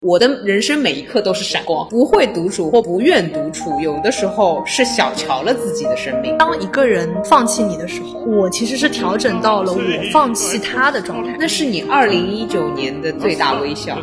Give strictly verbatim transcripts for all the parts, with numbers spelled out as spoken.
我的人生每一刻都是闪光，不会独处或不愿独处，有的时候是小瞧了自己的生命。 当一个人放弃你的时候，我其实是调整到了我放弃他的状态。 那是你二零一九年的最大微笑。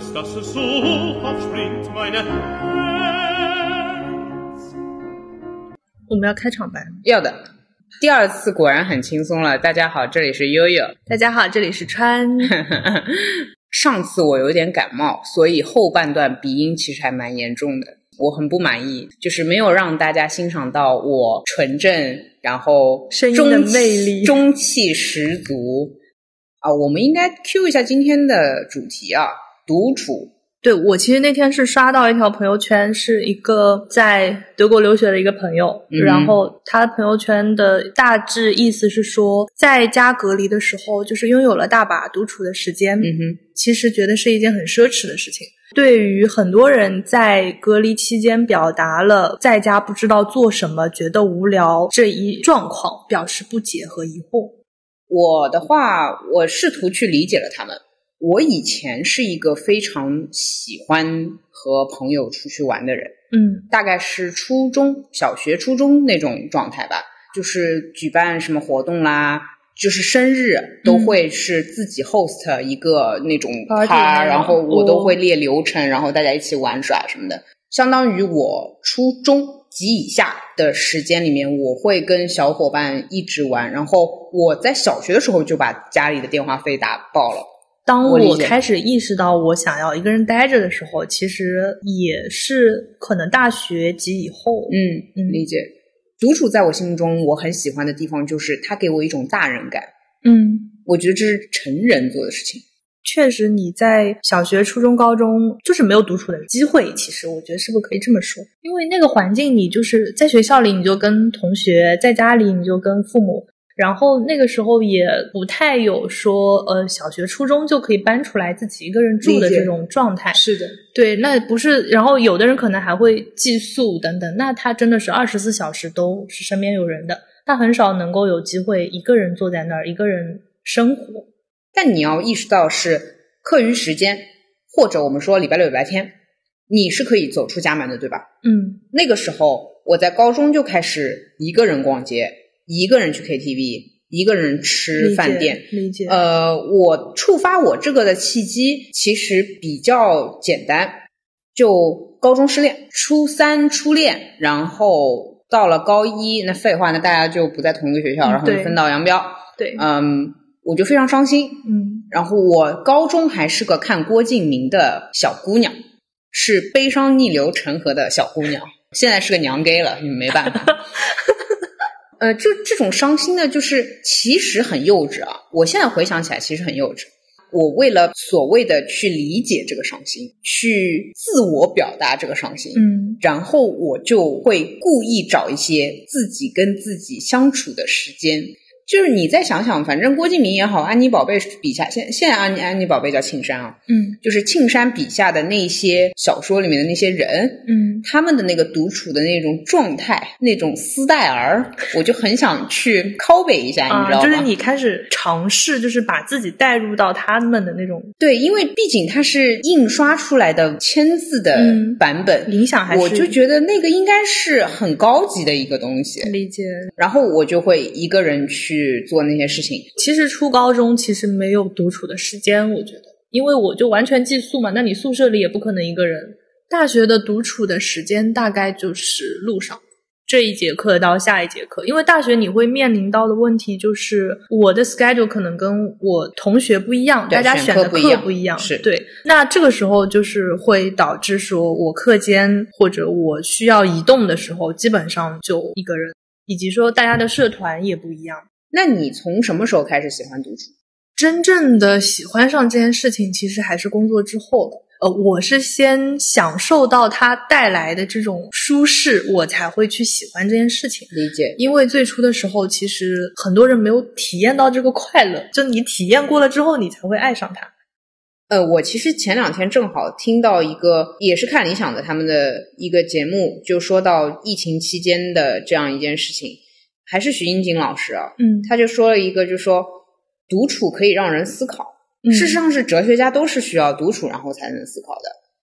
我们要开场白？ 要的。第二次果然很轻松了。大家好，这里是悠悠。 大家好，这里是川。 上次我有点感冒，所以后半段鼻音其实还蛮严重的，我很不满意，就是没有让大家欣赏到我纯正，然后声音的魅力， 中气十足啊。我们应该 Q 一下今天的主题啊，独处。 对，我其实那天是刷到一条朋友圈，是一个在德国留学的一个朋友、嗯、然后他朋友圈的大致意思是说，在家隔离的时候就是拥有了大把独处的时间、嗯、哼其实觉得是一件很奢侈的事情。对于很多人在隔离期间表达了在家不知道做什么，觉得无聊这一状况表示不解和疑惑。 我的话，我试图去理解了他们。我以前是一个非常喜欢和朋友出去玩的人， 嗯， 大概是初中小学初中那种状态吧，就是举办什么活动啦，就是生日都会是自己 host 一个那种 party、嗯、然后我都会列流程、哦、然后大家一起玩耍什么的。相当于我初中及以下的时间里面，我会跟小伙伴一直玩，然后我在小学的时候就把家里的电话费打爆了。 当我开始意识到我想要一个人待着的时候，其实也是可能大学及以后。 嗯嗯，理解。独处在我心目中我很喜欢的地方就是它给我一种大人感。 嗯， 我觉得这是成人做的事情。 确实你在小学初中高中就是没有独处的机会，其实我觉得是不是可以这么说，因为那个环境你就是在学校里你就跟同学，在家里你就跟父母，然后那个时候也不太有说呃，小学初中就可以搬出来自己一个人住的这种状态。 是的， 对，那不是，然后有的人可能还会寄宿等等，那他真的是二十四小时都是身边有人的，他很少能够有机会一个人坐在那儿一个人生活。 但你要意识到是课余时间，或者我们说礼拜六礼拜天，你是可以走出家门的，对吧？ 嗯， 那个时候我在高中就开始一个人逛街，一个人去 K T V， 一个人吃饭店。 理解，理解。 呃，我触发我这个的契机其实比较简单，就高中失恋，初三初恋，然后到了高一，那废话，那大家就不在同一个学校， 嗯、 然后就分道扬镳。 对， 嗯，我就非常伤心。 嗯， 然后我高中还是个看郭敬明的小姑娘，是悲伤逆流成河的小姑娘，现在是个娘 gay 了，你没办法。呃，这这种伤心呢，就是其实很幼稚啊。我现在回想起来，其实很幼稚。我为了所谓的去理解这个伤心，去自我表达这个伤心， 嗯， 然后我就会故意找一些自己跟自己相处的时间。就是你再想想，反正郭敬明也好，安妮宝贝笔下，现现在安妮安妮宝贝叫庆山啊， 嗯， 就是庆山笔下的那些小说里面的那些人， 嗯， 他们的那个独处的那种状态，那种斯戴尔，我就很想去copy一下， 啊， 你知道吗？ 就是你开始尝试，就是把自己带入到他们的那种。 对，因为毕竟它是印刷出来的签字的版本， 嗯、影响还是我就觉得那个应该是很高级的一个东西。 理解。 然后我就会一个人去做那些事情。 其实初高中其实没有独处的时间，我觉得，因为我就完全寄宿嘛，那你宿舍里也不可能一个人。大学的独处的时间大概就是路上，这一节课到下一节课，因为大学你会面临到的问题就是我的 schedule 可能跟我同学不一样，大家选的课不一样， 是对。那这个时候就是会导致说我课间或者我需要移动的时候，基本上就一个人，以及说大家的社团也不一样。 那你从什么时候开始喜欢独处？ 真正的喜欢上这件事情其实还是工作之后的。呃，我是先享受到它带来的这种舒适，我才会去喜欢这件事情。 理解。 因为最初的时候其实很多人没有体验到这个快乐，就你体验过了之后你才会爱上它。 呃，我其实前两天正好听到一个也是看理想的他们的一个节目，就说到疫情期间的这样一件事情，还是徐英锦老师啊， 嗯， 他就说了一个，就说独处可以让人思考。事实上是哲学家都是需要独处然后才能思考的。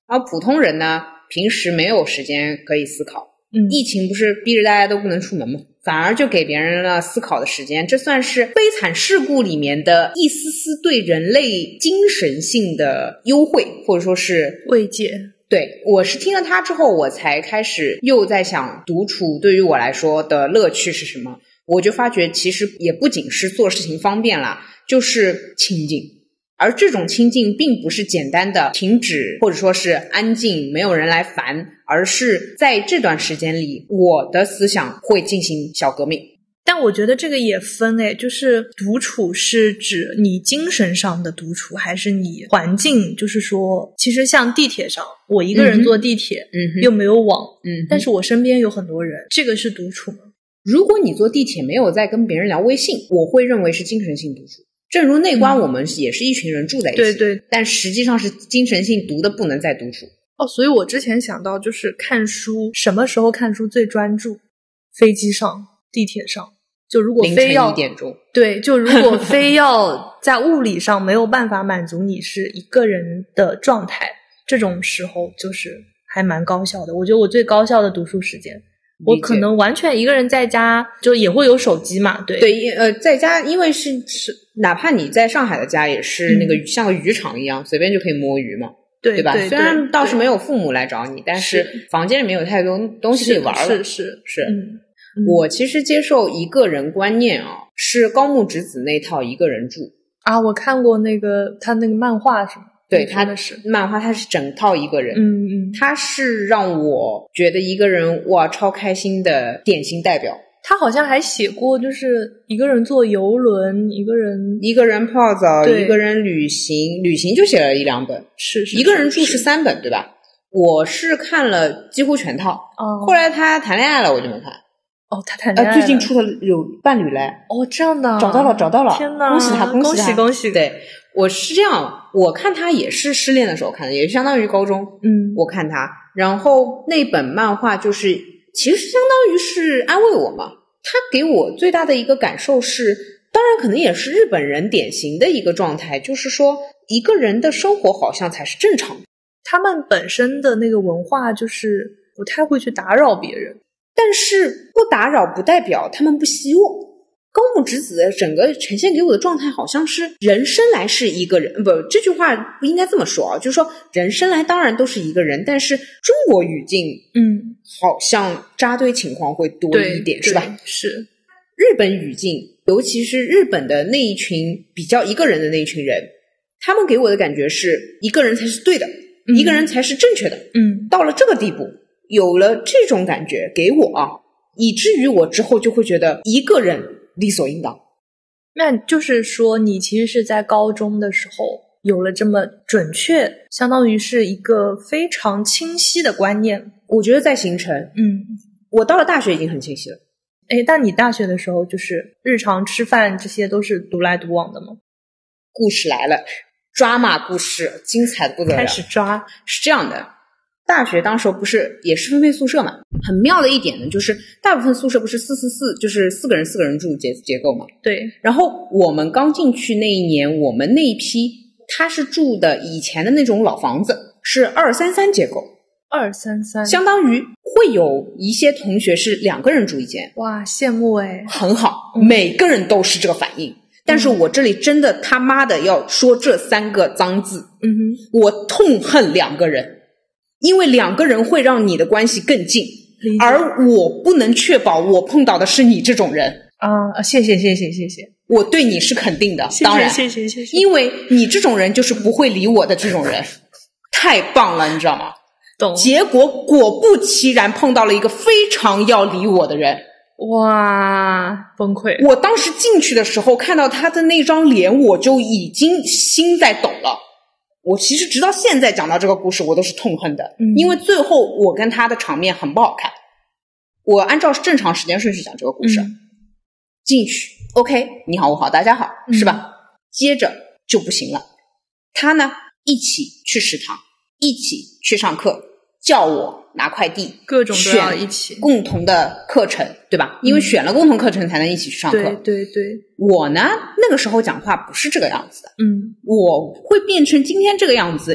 然后普通人呢，平时没有时间可以思考， 嗯， 疫情不是逼着大家都不能出门吗？反而就给别人了思考的时间，这算是悲惨事故里面的一丝丝对人类精神性的优惠，或者说是慰藉。 对，我是听了他之后，我才开始又在想独处对于我来说的乐趣是什么。我就发觉其实也不仅是做事情方便啦，就是清静。而这种清静并不是简单的停止或者说是安静没有人来烦，而是在这段时间里我的思想会进行小革命。 但我觉得这个也分诶，就是独处是指你精神上的独处，还是你环境，就是说其实像地铁上我一个人坐地铁， 嗯， 又没有网， 嗯， 但是我身边有很多人，这个是独处吗？ 如果你坐地铁没有在跟别人聊微信，我会认为是精神性独处。正如内观我们也是一群人住在一起， 对对， 但实际上是精神性独的不能再独处。 哦，所以我之前想到就是看书，什么时候看书最专注？飞机上、地铁上，就如果非要凌晨一点钟， 对，就如果非要在物理上没有办法满足你是一个人的状态，这种时候就是还蛮高效的。我觉得我最高效的读书时间，我可能完全一个人在家，就也会有手机嘛，对对，呃，在家因为是是，哪怕你在上海的家也是那个、嗯、像个渔场一样，随便就可以摸鱼嘛， 对对吧？ 对虽然倒是没有父母来找你，但是房间里面有太多东西可以玩了， 是是是。 嗯， 我其实接受一个人观念啊，是高木直子那套一个人住啊，我看过那个他那个漫画什么。 对，他的是漫画，他是整套一个人， 嗯嗯， 他是让我觉得一个人哇超开心的典型代表。 他好像还写过，就是一个人坐游轮，一个人一个人泡澡，一个人旅行，旅行就写了一两本， 是是， 一个人住是三本，对吧？我是看了几乎全套， 哦， 后来他谈恋爱了，我就没看。 哦，他谈恋爱了， 呃，最近出了有伴侣嘞。 哦，这样的， 找到了，找到了， 天哪， 恭喜他，恭喜他，恭喜！ 对。我是这样，我看他也是失恋的时候看的，也相当于高中， 嗯， 我看他，然后那本漫画就是其实相当于是安慰我嘛。他给我最大的一个感受是，当然可能也是日本人典型的一个状态，就是说一个人的生活好像才是正常的。 他们本身的那个文化就是不太会去打扰别人， 但是不打扰不代表他们不希望。高木直子的整个呈现给我的状态好像是人生来是一个人，不，这句话不应该这么说啊，就是说人生来当然都是一个人，但是中国语境嗯， 好像扎堆情况会多一点，是吧？ 是。 日本语境，尤其是日本的那一群比较一个人的那一群人，他们给我的感觉是一个人才是对的， 嗯， 一个人才是正确的。 嗯， 到了这个地步，有了这种感觉给我啊，以至于我之后就会觉得一个人理所应当。 那就是说你其实是在高中的时候有了这么准确，相当于是一个非常清晰的观念。 我觉得在形成， 嗯， 我到了大学已经很清晰了。 诶，但你大学的时候就是日常吃饭这些都是独来独往的吗？ 故事来了，抓马故事精彩的不得了。 开始抓。 是这样的，大学当时不是也是分配宿舍嘛，很妙的一点呢，就是大部分宿舍不是四四四，就是四个人四个人住结结构嘛。 对。 然后我们刚进去那一年，我们那一批他是住的以前的那种老房子，是二三三结构。 二三三， 相当于会有一些同学是两个人住一间。 哇，羡慕诶。 很好， 嗯， 每个人都是这个反应。嗯，但是我这里真的他妈的要说这三个脏字， 嗯哼， 我痛恨两个人，因为两个人会让你的关系更近，而我不能确保我碰到的是你这种人啊！谢谢谢谢谢谢， 我对你是肯定的， 谢谢当然谢谢谢谢， 因为你这种人就是不会理我的这种人，太棒了，你知道吗？ 懂。 结果果不其然碰到了一个非常要理我的人。 哇，崩溃！ 我当时进去的时候看到他的那张脸，我就已经心在抖了。我其实直到现在讲到这个故事我都是痛恨的， 嗯， 因为最后我跟他的场面很不好看。我按照正常时间顺序讲这个故事， 嗯， 进去 OK 你好我好大家好， 嗯， 是吧？接着就不行了，他呢一起去食堂，一起去上课，叫我拿快递， 各种都要一起， 共同的课程，对吧？因为选了共同课程才能一起去上课。 对对对。 我呢，那个时候讲话不是这个样子的， 嗯， 我会变成今天这个样子，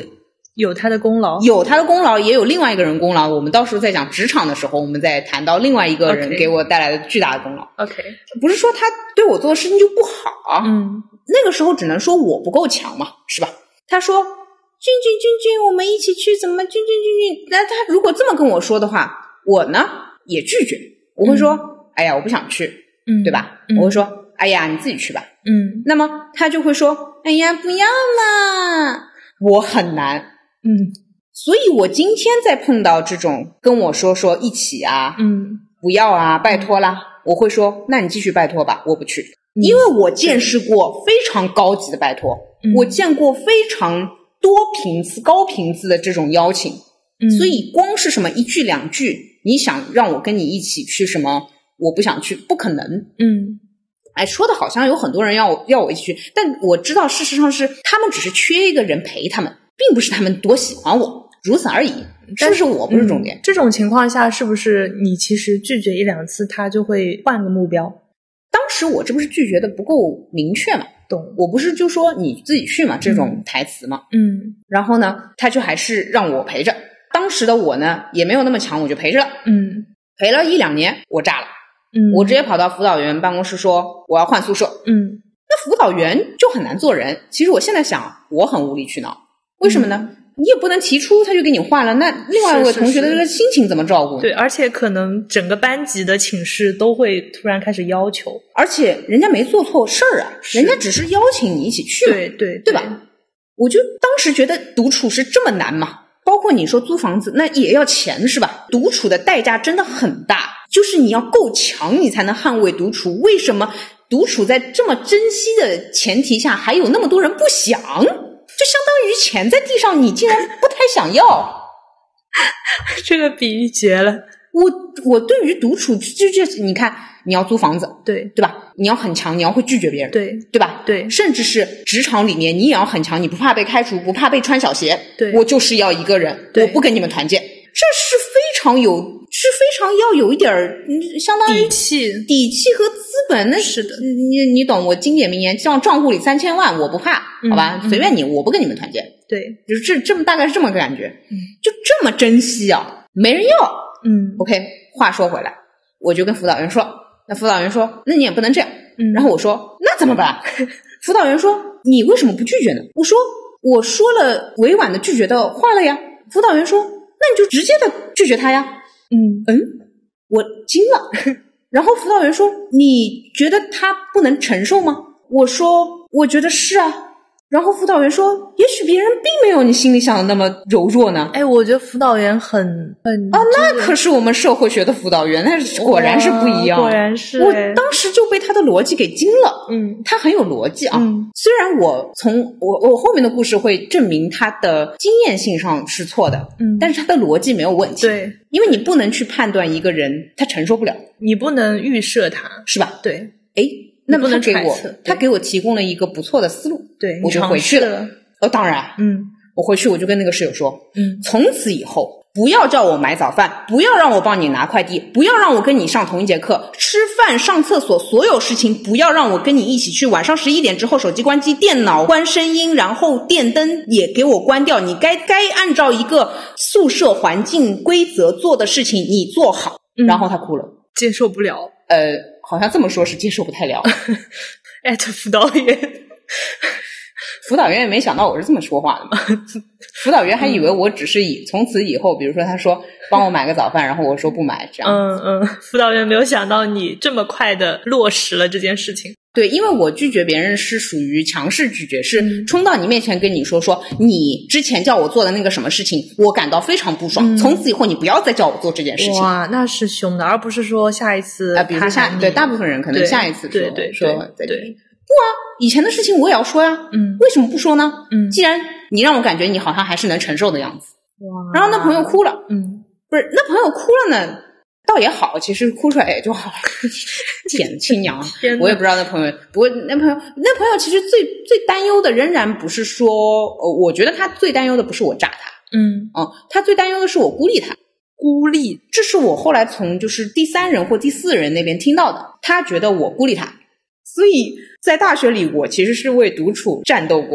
有他的功劳， 有他的功劳，也有另外一个人功劳。我们到时候在讲职场的时候，我们再谈到另外一个人给我带来的巨大的功劳。 OK， 不是说他对我做的事情就不好， 嗯， 那个时候只能说我不够强嘛，是吧？他说君君君君，我们一起去，怎么君君君君？那他如果这么跟我说的话，我呢也拒绝，我会说，嗯、哎呀，我不想去， 嗯， 对吧？嗯、我会说，哎呀，你自己去吧， 嗯。 那么他就会说，哎呀，不要嘛，我很难， 嗯。 所以我今天再碰到这种跟我说说一起啊， 嗯， 不要啊，拜托啦，我会说，那你继续拜托吧，我不去，嗯、因为我见识过非常高级的拜托，嗯、我见过非常多频次、高频次的这种邀请，嗯、所以光是什么一句两句，你想让我跟你一起去什么，我不想去，不可能。 嗯， 哎，说的好像有很多人要我要我一起去，但我知道事实上是他们只是缺一个人陪他们，并不是他们多喜欢我，如此而已。是不是我不是重点？ 嗯、这种情况下，是不是你其实拒绝一两次，他就会换个目标？ 当时我这不是拒绝的不够明确嘛？ 懂？ 我不是就说你自己去嘛，这种台词嘛。 嗯。 然后呢，他就还是让我陪着。当时的我呢，也没有那么强，我就陪着了。 嗯。 陪了一两年，我炸了。 嗯。 我直接跑到辅导员办公室说我要换宿舍。 嗯。 那辅导员就很难做人。其实我现在想，我很无理取闹。为什么呢？嗯，你也不能提出他就给你换了，那另外一位同学的这个心情怎么照顾？ 对，而且可能整个班级的寝室都会突然开始要求， 而且人家没做错事儿啊，人家只是邀请你一起去嘛， 对对对, 对吧？我就当时觉得独处是这么难嘛，包括你说租房子那也要钱是吧？独处的代价真的很大，就是你要够强你才能捍卫独处。为什么独处在这么珍惜的前提下还有那么多人不想？就相当于钱在地上你竟然不太想要。 这个比喻绝了。 我我对于独处就就你看你要租房子， 对对吧？你要很强，你要会拒绝别人， 对对吧？ 对， 甚至是职场里面你也要很强，你不怕被开除，不怕被穿小鞋， 对， 我就是要一个人，我不跟你们团建，这是非常有是非常要有一点相当于底气底气和资本。那是的， 你你懂我经典名言，像账户里三千万我不怕，好吧， 嗯、 随便你，我不跟你们团建， 对， 就是这这么大概是这么个感觉， 嗯， 就这么珍惜啊，没人要。 嗯 OK， 话说回来，我就跟辅导员说，那辅导员说那你也不能这样， 嗯， 然后我说那怎么办？辅导员说你为什么不拒绝呢？我说我说了委婉的拒绝的话了呀。辅导员说那你就直接的拒绝他呀。 嗯嗯，我惊了。然后辅导员说你觉得他不能承受吗？我说我觉得是啊。然后辅导员说也许别人并没有你心里想的那么柔弱呢。 哎，我觉得辅导员很很啊，那可是我们社会学的辅导员，那果然是不一样。 果然是， 我当时就被他的逻辑给惊了。 嗯， 他很有逻辑啊。 嗯， 虽然我从我我后面的故事会证明他的经验性上是错的， 嗯， 但是他的逻辑没有问题。 对， 因为你不能去判断一个人他承受不了， 你不能预设他， 是吧？ 对， 哎。那么他给我他给我提供了一个不错的思路， 对， 我就回去了。哦，当然， 嗯， 我回去我就跟那个室友说， 嗯， 从此以后不要叫我买早饭，不要让我帮你拿快递，不要让我跟你上同一节课，吃饭、上厕所，所有事情不要让我跟你一起去。晚上十一点之后，手机关机，电脑关声音，然后电灯也给我关掉。你该该按照一个宿舍环境规则做的事情，你做好。 嗯、 然后他哭了， 接受不了。 呃，好像这么说是接受不太了。 艾特辅导员， 辅导员也没想到我是这么说话的嘛。辅导员还以为我只是以、嗯、从此以后，比如说他说帮我买个早饭，然后我说不买，这样。 嗯嗯，辅导员没有想到你这么快的落实了这件事情。 对，因为我拒绝别人是属于强势拒绝，是冲到你面前跟你说说你之前叫我做的那个什么事情，我感到非常不爽，嗯、从此以后你不要再叫我做这件事情。 哇，那是凶的，而不是说下一次啊、呃，比如说下对大部分人可能下一次说对对对说对对， 不啊，以前的事情我也要说呀， 嗯， 为什么不说呢？ 嗯， 既然你让我感觉你好像还是能承受的样子， 哇， 然后那朋友哭了， 嗯， 不是那朋友哭了呢。倒也好，其实哭出来也就好了。天亲娘，我也不知道那朋友。不过那朋友，那朋友其实最最担忧的仍然不是说，呃，我觉得他最担忧的不是我炸他， 嗯， 哦、嗯，他最担忧的是我孤立他。 孤立， 这是我后来从就是第三人或第四人那边听到的，他觉得我孤立他。所以在大学里，我其实是为独处战斗过的。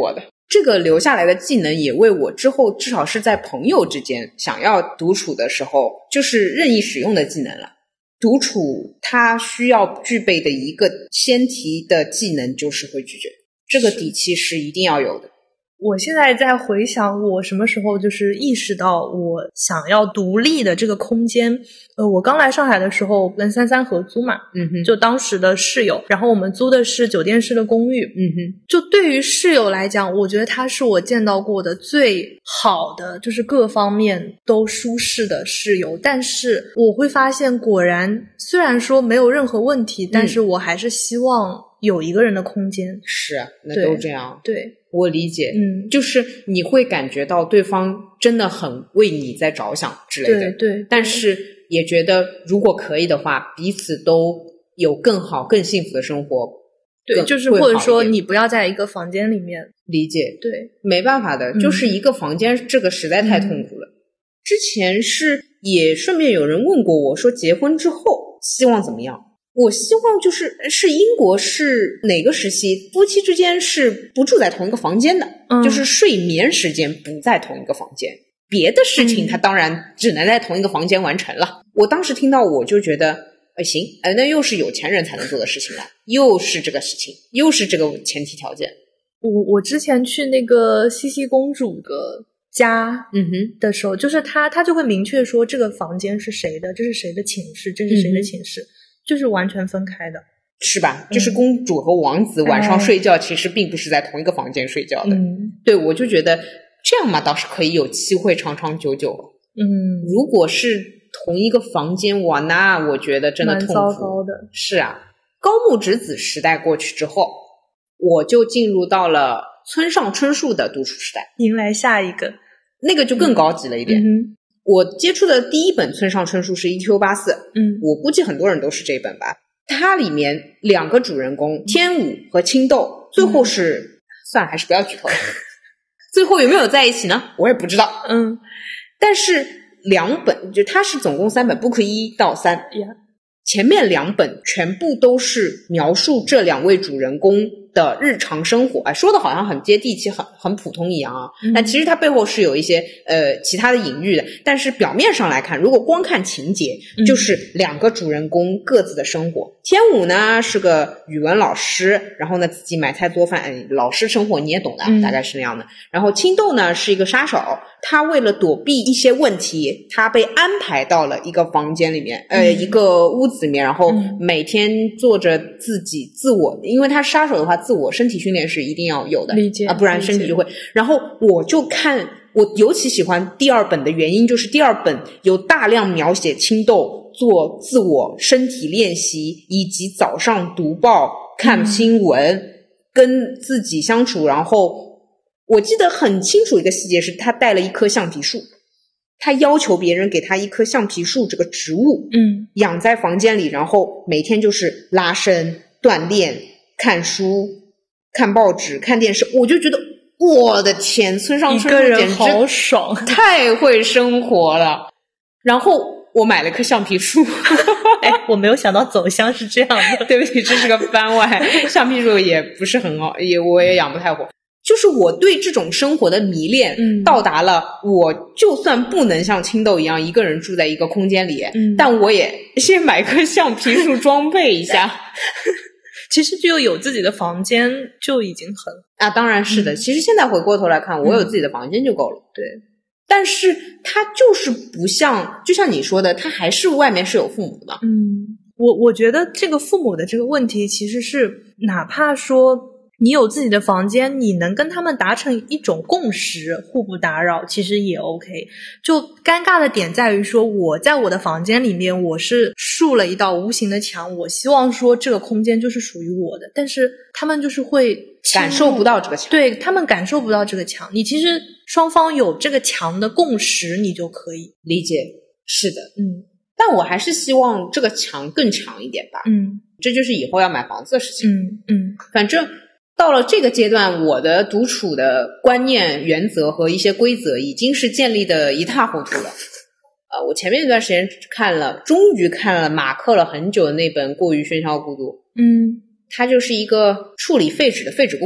这个留下来的技能也为我之后至少是在朋友之间想要独处的时候就是任意使用的技能了。独处它需要具备的一个先提的技能就是会拒绝，这个底气是一定要有的。 我现在在回想我什么时候就是意识到我想要独立的这个空间。呃，我刚来上海的时候跟三三合租嘛， 嗯哼， 就当时的室友，然后我们租的是酒店式的公寓， 嗯哼， 就对于室友来讲，我觉得他是我见到过的最好的，就是各方面都舒适的室友。但是我会发现，果然虽然说没有任何问题，但是我还是希望有一个人的空间。 是啊，那都这样。 对， 我理解， 嗯， 就是你会感觉到对方真的很为你在着想之类的， 对 对, 对， 但是也觉得如果可以的话，彼此都有更好更幸福的生活。 对，就是或者说你不要在一个房间里面。 理解， 对， 没办法的，就是一个房间、嗯、这个实在太痛苦了、嗯、之前是也顺便有人问过我说结婚之后希望怎么样，我希望就是是英国是哪个时期夫妻之间是不住在同一个房间的、嗯、就是睡眠时间不在同一个房间，别的事情他当然只能在同一个房间完成了、嗯、我当时听到我就觉得呃，行，呃，那又是有钱人才能做的事情了，又是这个事情，又是这个前提条件。 我我之前去那个茜茜公主的家嗯哼的时候，就是他他就会明确说这个房间是谁的，这是谁的寝室，这是谁的寝室、嗯、就是完全分开的， 是吧？就是公主和王子晚上睡觉其实并不是在同一个房间睡觉的、 嗯、 对，我就觉得这样嘛倒是可以有机会长长久久。 嗯， 如果是同一个房间，哇，那我觉得真的痛苦， 蛮糟糕的。 是啊，高木直子时代过去之后，我就进入到了村上春树的独处时代， 迎来下一个， 那个就更高级了一点。 嗯、 我接触的第一本村上春树是 E Q 八四， 嗯， 我估计很多人都是这本吧。它里面两个主人公天武和青豆，最后是、嗯、算了，还是不要剧透了。最后有没有在一起呢？我也不知道。 嗯， 但是两本就它是总共三本 book 一到三、 yeah. 前面两本全部都是描述这两位主人公的日常生活，哎，说的好像很接地气很很普通一样啊、嗯、但其实它背后是有一些呃其他的隐喻的，但是表面上来看如果光看情节、嗯、就是两个主人公各自的生活。天武呢是个语文老师，然后呢自己买菜做饭、哎、老师生活你也懂的、嗯、大概是那样的。然后青豆呢是一个杀手，他为了躲避一些问题，他被安排到了一个房间里面呃、嗯、一个屋子里面，然后每天做着自己自我，因为他杀手的话自我身体训练是一定要有的， 理解啊， 不然身体就会。然后我就看，我尤其喜欢第二本的原因就是第二本有大量描写青豆做自我身体练习，以及早上读报看新闻、嗯、跟自己相处。然后我记得很清楚一个细节是他带了一棵橡皮树，他要求别人给他一棵橡皮树这个植物， 嗯， 养在房间里，然后每天就是拉伸锻炼看书看报纸看电视。我就觉得我的天，村上春树简直好爽， 太会生活了。然后我买了棵橡皮树哎，我没有想到走向是这样的对不起，这是个番外橡皮树也不是很好，也我也养不太活。就是我对这种生活的迷恋、嗯、到达了我就算不能像青豆一样一个人住在一个空间里、嗯、但我也先买棵橡皮树装备一下其实就有自己的房间就已经很啊，当然是的、嗯、其实现在回过头来看我有自己的房间就够了、 嗯、对， 但是它就是不像就像你说的它还是外面是有父母的嘛。 嗯，我我觉得这个父母的这个问题其实是哪怕说你有自己的房间，你能跟他们达成一种共识，互不打扰，其实也 OK。 就尴尬的点在于说我在我的房间里面我是竖了一道无形的墙，我希望说这个空间就是属于我的，但是他们就是会感受不到这个墙， 对，他们感受不到这个墙。你其实双方有这个墙的共识你就可以理解。是的， 嗯， 但我还是希望这个墙更强一点吧。 嗯， 这就是以后要买房子的事情。 嗯嗯， 反正到了这个阶段，我的独处的观念、原则和一些规则已经是建立的一塌糊涂了。呃，我前面一段时间看了，终于看了马克了很久的那本《过于喧嚣孤独》。 嗯， 他就是一个处理废纸的废纸工人。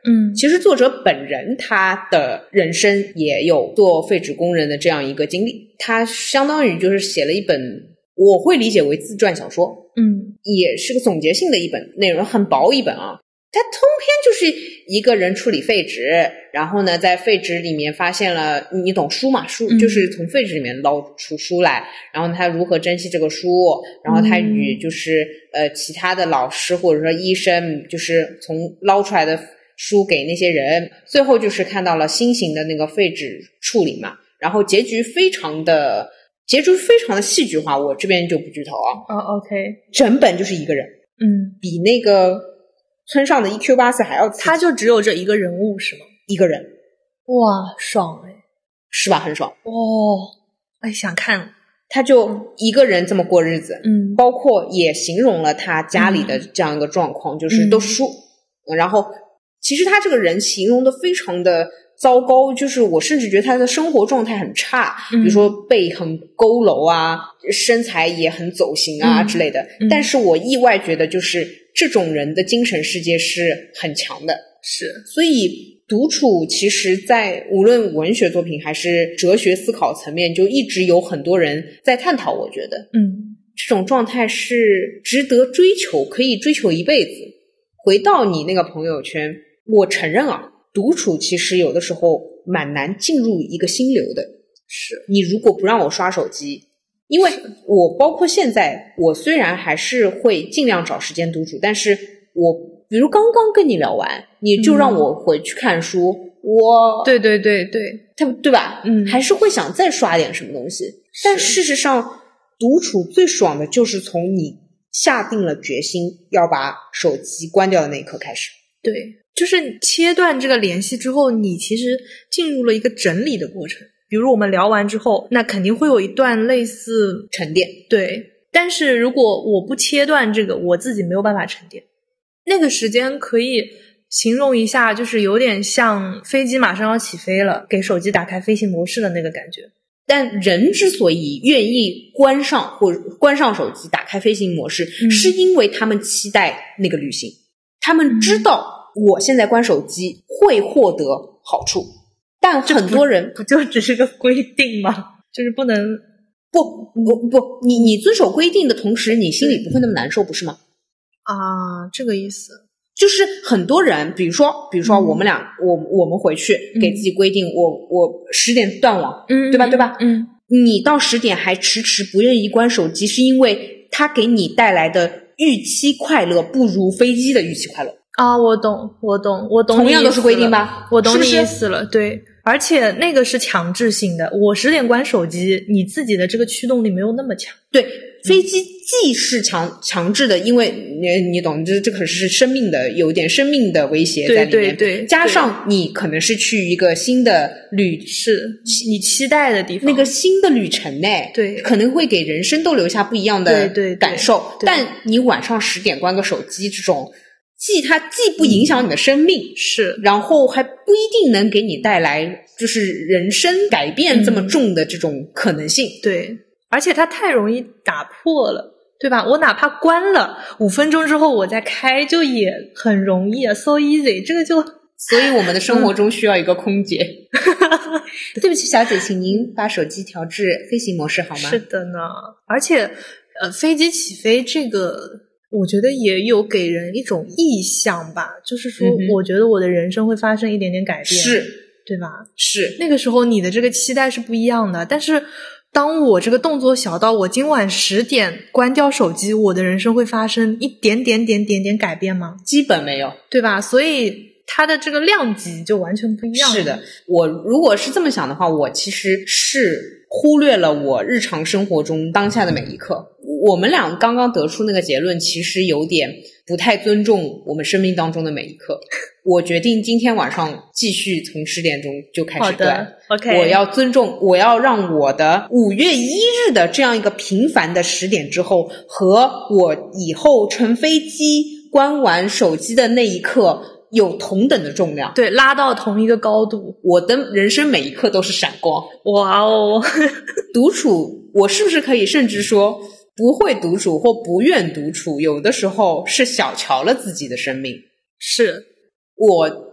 嗯， 其实作者本人他的人生也有做废纸工人的这样一个经历，他相当于就是写了一本我会理解为自传小说， 嗯， 也是个总结性的一本，内容很薄一本啊。它通篇就是一个人处理废纸，然后呢在废纸里面发现了，你懂书嘛，书就是从废纸里面捞出书来，然后他如何珍惜这个书，然后他与就是呃其他的老师或者说医生，就是从捞出来的书给那些人，最后就是看到了新型的那个废纸处理嘛，然后结局非常的结局非常的戏剧化，我这边就不剧透啊。 哦 OK， 整本就是一个人， 嗯， 比那个村上的 E Q 八四还要刺激， 他就只有这一个人物是吗？ 一个人， 哇，爽哎， 是吧？很爽哦，哎，想看。 他就一个人这么过日子， 嗯， 包括也形容了他家里的这样一个状况，嗯、就是都是书、嗯，然后其实他这个人形容的非常的糟糕，就是我甚至觉得他的生活状态很差， 嗯、 比如说背很佝偻啊，身材也很走形啊、嗯、之类的、嗯、但是我意外觉得就是这种人的精神世界是很强的， 是， 所以独处其实在无论文学作品还是哲学思考层面就一直有很多人在探讨，我觉得嗯， 这种状态是值得追求，可以追求一辈子。回到你那个朋友圈，我承认啊，独处其实有的时候蛮难进入一个心流的， 是你如果不让我刷手机，因为我包括现在我虽然还是会尽量找时间独处，但是我比如刚刚跟你聊完你就让我回去看书、嗯、我对对对对对对吧， 嗯， 还是会想再刷点什么东西。但事实上独处最爽的就是从你下定了决心要把手机关掉的那一刻开始， 对，就是切断这个联系之后，你其实进入了一个整理的过程。比如我们聊完之后，那肯定会有一段类似沉淀， 对，但是如果我不切断这个，我自己没有办法沉淀。那个时间可以形容一下，就是有点像飞机马上要起飞了，给手机打开飞行模式的那个感觉。 但人之所以愿意关上或关上手机打开飞行模式、嗯、是因为他们期待那个旅行，他们知道我现在关手机会获得好处，但很多人不, 不就只是个规定吗？就是不能不不不你你遵守规定的同时你心里不会那么难受，不是吗？ 啊，这个意思。 就是很多人比如说比如说我们俩、嗯、我我们回去给自己规定、嗯、我我十点断网， 嗯， 对吧对吧， 嗯， 你到十点还迟迟不愿意关手机，是因为它给你带来的预期快乐不如飞机的预期快乐啊。我懂我懂我懂， 同样都是规定吧， 我懂你意思了， 是是对，而且那个是强制性的，我十点关手机，你自己的这个驱动力没有那么强。 对，飞机既是强强制的，因为你你懂，这这可是生命的，有点生命的威胁在里面。 对对对， 加上你可能是去一个新的旅， 是你期待的地方， 那个新的旅程呢， 对， 可能会给人生都留下不一样的感受。 对对对， 但你晚上十点关个手机，这种既它既不影响你的生命， 嗯、是， 然后还不一定能给你带来就是人生改变这么重的这种可能性。 嗯、对。而且它太容易打破了，对吧？我哪怕关了五分钟之后我再开就也很容易啊 ，so easy。这个就， 所以我们的生活中需要一个空姐。对不起，小姐，请您把手机调至飞行模式好吗？ 是的呢，而且呃，飞机起飞这个，我觉得也有给人一种意向吧，就是说，嗯、我觉得我的人生会发生一点点改变， 是， 对吧？ 是， 那个时候你的这个期待是不一样的，但是。当我这个动作小到我今晚十点关掉手机，我的人生会发生一点点点点点改变吗？ 基本没有， 对吧？所以它的这个量级就完全不一样。 是的，我如果是这么想的话，我其实是忽略了我日常生活中当下的每一刻。我们俩刚刚得出那个结论，其实有点不太尊重我们生命当中的每一刻。我决定今天晚上继续从十点钟就开始断。 OK， 我要尊重，我要让我的五月一日的这样一个平凡的十点之后，和我以后乘飞机关完手机的那一刻有同等的重量。 对，拉到同一个高度。 我的人生每一刻都是闪光。 哇哦！ 独处，我是不是可以甚至说，不会独处或不愿独处，有的时候是小瞧了自己的生命。 是。 我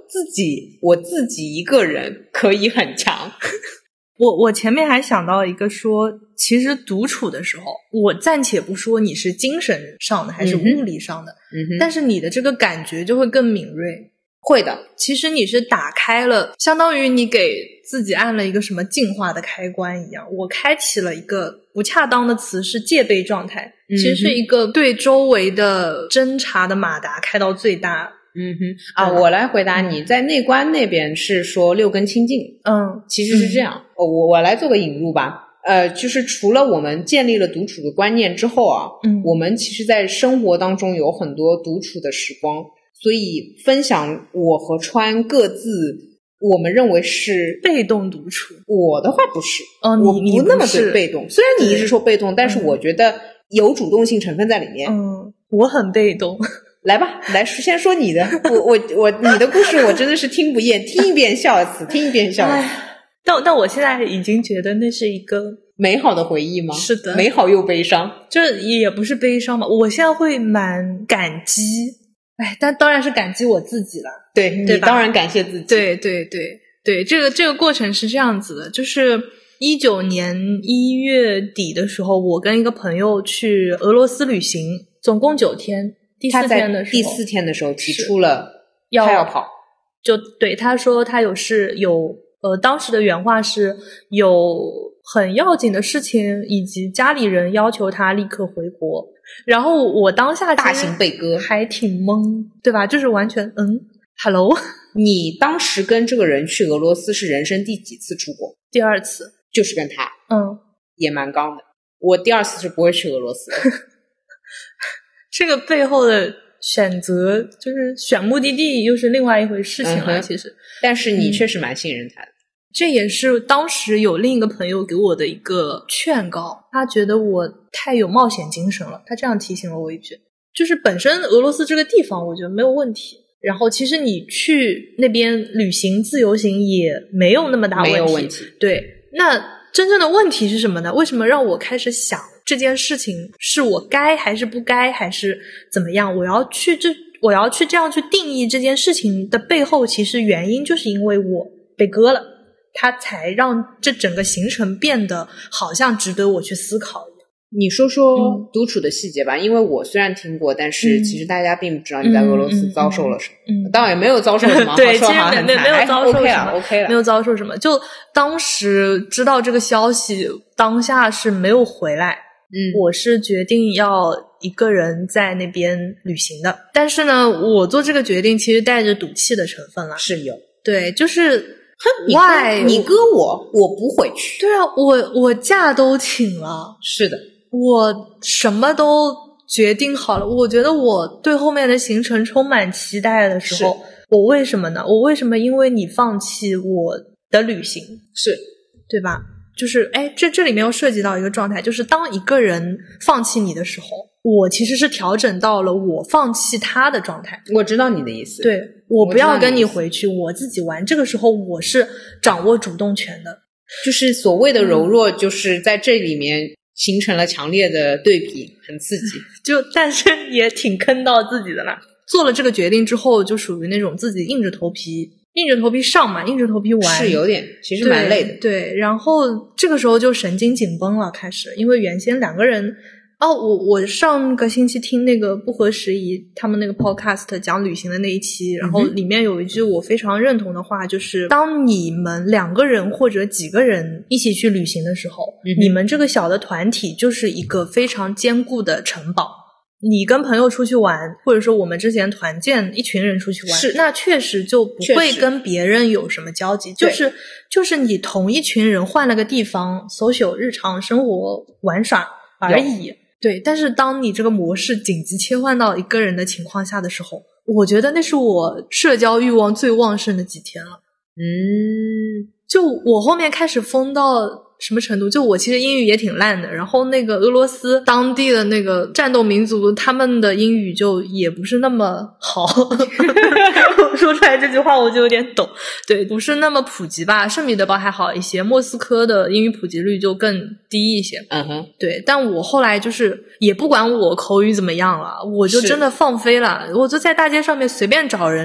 自己我自己一个人可以很强。 我我前面还想到一个说，其实独处的时候，我暂且不说你是精神上的还是物理上的， 嗯哼， 但是你的这个感觉就会更敏锐。 会的， 其实你是打开了，相当于你给自己按了一个什么进化的开关一样。我开启了一个不恰当的词是戒备状态， 嗯、 其实是一个对周围的侦查的马达开到最大。 嗯哼，啊，我来回答你，在内观那边是说六根清净， 嗯， 其实是这样。嗯、我我来做个引入吧。呃，就是除了我们建立了独处的观念之后啊， 嗯， 我们其实在生活当中有很多独处的时光。所以分享我和川各自我们认为是被动独处， 我的话不是， 哦， 我你不那么对被动。虽然你一直说被动，但是我觉得有主动性成分在里面。 嗯，我很被动。 来吧，来先说你的，我我我你的故事我真的是听不厌，听一遍笑一次，听一遍笑一次。 但但我现在已经觉得那是一个美好的回忆吗？ 是的， 美好又悲伤， 这也不是悲伤嘛。我现在会蛮感激。哎，但当然是感激我自己了。 对， 对你当然感谢自己。 对对对对，这个这个过程是这样子的，就是一九年一月底的时候，我跟一个朋友去俄罗斯旅行，总共九天。第四天的时候， 第四天的时候提出了要他要跑， 就对他说他有事，有呃，当时的原话是有很要紧的事情，以及家里人要求他立刻回国。然后我当下大型被割， 还挺懵，对吧？就是完全嗯 ，hello， 你当时跟这个人去俄罗斯是人生第几次出国？ 第二次， 就是跟他， 嗯， 也蛮刚的。我第二次是不会去俄罗斯的。 这个背后的选择，就是选目的地，又是另外一回事情了。嗯、其实， 但是你确实蛮信任他的。 嗯，这也是当时有另一个朋友给我的一个劝告，他觉得我太有冒险精神了，他这样提醒了我一句。就是本身俄罗斯这个地方我觉得没有问题，然后其实你去那边旅行自由行也没有那么大问题， 没有问题。 对，那真正的问题是什么呢？为什么让我开始想这件事情是我该还是不该还是怎么样，我要去这我要去这样去定义这件事情的背后，其实原因就是因为我被割了，它才让这整个行程变得好像值得我去思考一样。 你说说独处的细节吧、嗯、因为我虽然听过，但是其实大家并不知道你在俄罗斯遭受了什么。 嗯， 当然也没有遭受什么， 对，其实没没没有遭受什么、 哎、OK 了 OK 了， 没有遭受什么。就当时知道这个消息，当下是没有回来。 嗯， 我是决定要一个人在那边旅行的，但是呢，我做这个决定其实带着赌气的成分了。 是有， 对，就是哼， why 你割我，我不回去。 对啊，我我假都请了， 是的， 我什么都决定好了。我觉得我对后面的行程充满期待的时候，我为什么呢？我为什么因为你放弃我的旅行？ 是， 对吧？就是哎，这这里面又涉及到一个状态，就是当一个人放弃你的时候，我其实是调整到了我放弃他的状态。 我知道你的意思， 对，我不要跟你回去，我自己玩。这个时候我是掌握主动权的， 就是所谓的柔弱，就是在这里面形成了强烈的对比，很刺激。 就但是也挺坑到自己的啦。做了这个决定之后，就属于那种自己硬着头皮。硬着头皮上嘛，硬着头皮玩， 是有点，其实蛮累的。 对，对，然后这个时候就神经紧绷了，开始，因为原先两个人，哦，我我上个星期听那个不合时宜他们那个 podcast 讲旅行的那一期，然后里面有一句我非常认同的话，就是当你们两个人或者几个人一起去旅行的时候，嗯、你们这个小的团体就是一个非常坚固的城堡。你跟朋友出去玩，或者说我们之前团建一群人出去玩， 是那确实就不会跟别人有什么交集，就是就是你同一群人换了个地方 social 日常生活玩耍而已。对，但是当你这个模式紧急切换到一个人的情况下的时候，我觉得那是我社交欲望最旺盛的几天了。 嗯， 就我后面开始疯到什么程度，就我其实英语也挺烂的，然后那个俄罗斯当地的那个战斗民族他们的英语就也不是那么好说出来这句话我就有点抖，对，不是那么普及吧。圣彼得堡还好一些，莫斯科的英语普及率就更低一些。 嗯哼， 对，但我后来就是也不管我口语怎么样了，我就真的放飞了，我就在大街上面随便找人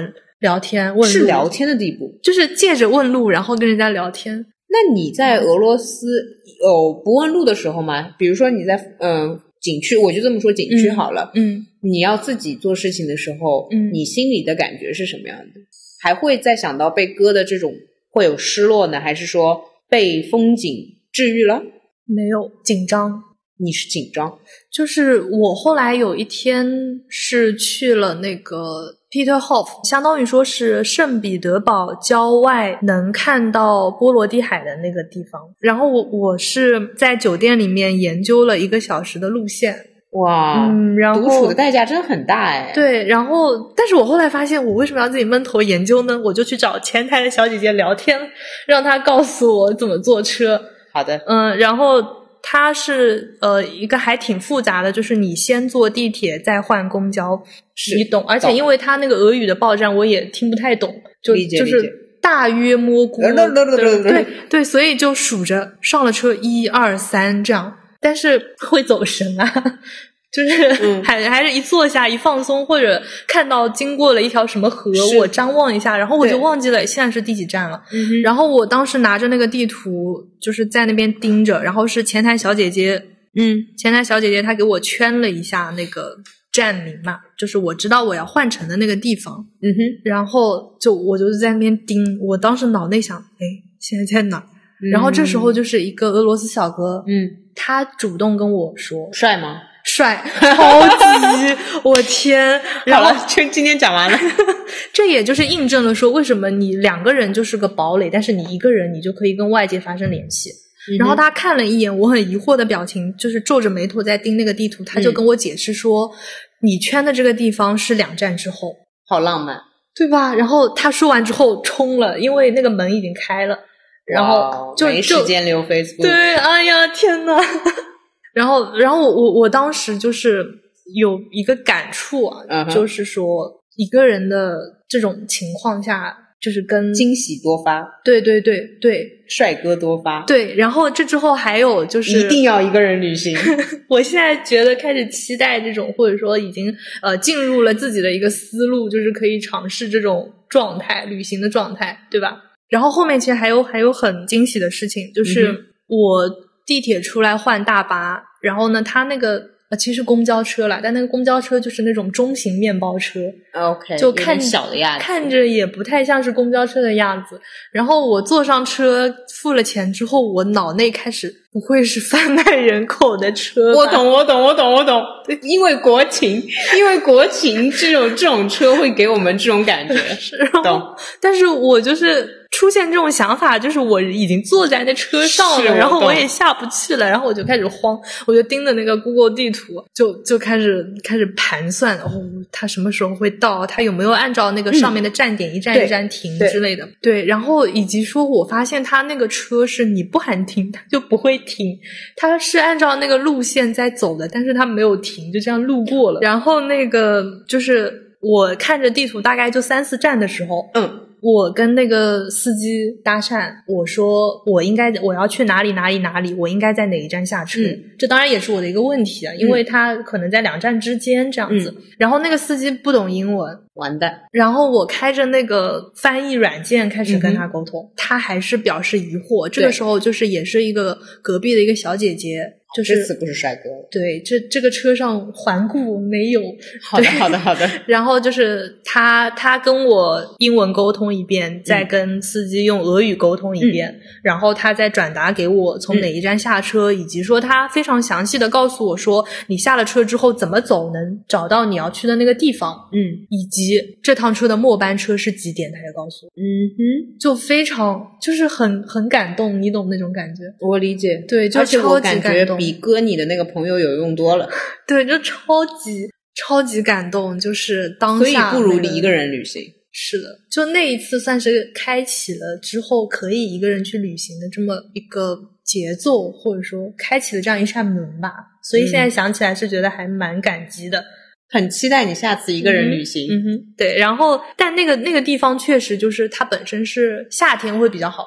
聊天问路， 是聊天的地步， 就是借着问路然后跟人家聊天。 那你在俄罗斯有不问路的时候吗？比如说你在嗯、呃、景区，我就这么说景区好了， 嗯，嗯你要自己做事情的时候， 嗯， 你心里的感觉是什么样的？还会再想到被割的这种会有失落呢，还是说被风景治愈了？ 没有，紧张。 你是紧张？ 就是我后来有一天是去了那个 Peterhof， 相当于说是圣彼得堡郊外能看到波罗的海的那个地方，然后我我是在酒店里面研究了一个小时的路线。 哇， 嗯，然后独处的代价真很大哎。 对，然后但是我后来发现我为什么要自己闷头研究呢？我就去找前台的小姐姐聊天，让她告诉我怎么坐车。 好的。 嗯，然后它是呃一个还挺复杂的，就是你先坐地铁再换公交，你懂？而且因为它那个俄语的报站我也听不太懂，就理解就是大约摸估， 对对对，所以就数着上了车一二三这样，但是会走神啊。就是还、嗯、还是一坐下一放松，或者看到经过了一条什么河，我张望一下，然后我就忘记了现在是第几站了。然后我当时拿着那个地图，就是在那边盯着，然后是前台小姐姐，嗯，前台小姐姐她给我圈了一下那个站名嘛，就是我知道我要换乘的那个地方。嗯哼，然后就我就在那边盯，我当时脑内想，哎，现在在哪？嗯、然后这时候就是一个俄罗斯小哥，嗯，他主动跟我说， 帅吗？ 帅，超级我天。然后好了，就今天讲完了。 这也就是印证了说为什么你两个人就是个堡垒，但是你一个人你就可以跟外界发生联系。嗯、然后他看了一眼我很疑惑的表情，就是皱着眉头在盯那个地图，他就跟我解释说、嗯、你圈的这个地方是两站之后。 好浪漫， 对吧？然后他说完之后冲了，因为那个门已经开了，然后就没时间留 Facebook。 对，哎呀天哪。然后然后我我当时就是有一个感触啊、uh-huh. 就是说一个人的这种情况下，就是跟惊喜多发。 对对对对， 帅哥多发。 对，然后这之后还有就是一定要一个人旅行。 我现在觉得开始期待这种，或者说已经呃进入了自己的一个思路，就是可以尝试这种状态，旅行的状态，对吧？然后后面其实还有还有很惊喜的事情，就是我地铁出来换大巴，然后呢他那个呃其实公交车啦，但那个公交车就是那种中型面包车 OK， 就看小的样子， 看着也不太像是公交车的样子。然后我坐上车付了钱之后，我脑内开始不会是贩卖人口的车吧？ 我懂我懂我懂我懂，因为国情因为国情这种这种车会给我们这种感觉。 是懂。 但是我就是出现这种想法，就是我已经坐在那车上了，然后我也下不去了，然后我就开始慌，我就盯着那个 Google 地图，就就开始开始盘算，哦，他什么时候会到，他有没有按照那个上面的站点、嗯、一站一站停之类的。 对, 对，然后以及说我发现他那个车是你不喊停他就不会停，他是按照那个路线在走的，但是他没有停，就这样路过了。然后那个就是我看着地图大概就三四站的时候，嗯，我跟那个司机搭讪，我说我应该我要去哪里哪里哪里，我应该在哪一站下车、嗯、这当然也是我的一个问题啊，因为他可能在两站之间这样子、嗯、然后那个司机不懂英文， 完蛋， 然后我开着那个翻译软件开始跟他沟通、嗯、他还是表示疑惑。这个时候就是也是一个隔壁的一个小姐姐，就是这次不是帅哥， 对，这这个车上环顾没有。 好的好的好的。 然后就是他他跟我英文沟通一遍，再跟司机用俄语沟通一遍、嗯、然后他再转达给我从哪一站下车、嗯、以及说他非常详细的告诉我说你下了车之后怎么走能找到你要去的那个地方，嗯，以及这趟车的末班车是几点他也告诉我。嗯哼，就非常就是很很感动，你懂那种感觉。 我理解， 对，就超级感动， 比割你的那个朋友有用多了。 对，就超级超级感动，就是当下、那个、所以不如你一个人旅行。 是的，就那一次算是开启了之后可以一个人去旅行的这么一个节奏，或者说开启了这样一扇门吧。所以现在想起来是觉得还蛮感激的。 很期待你下次一个人旅行。 嗯, 嗯哼，对。然后但那个那个地方确实就是它本身是夏天会比较好看，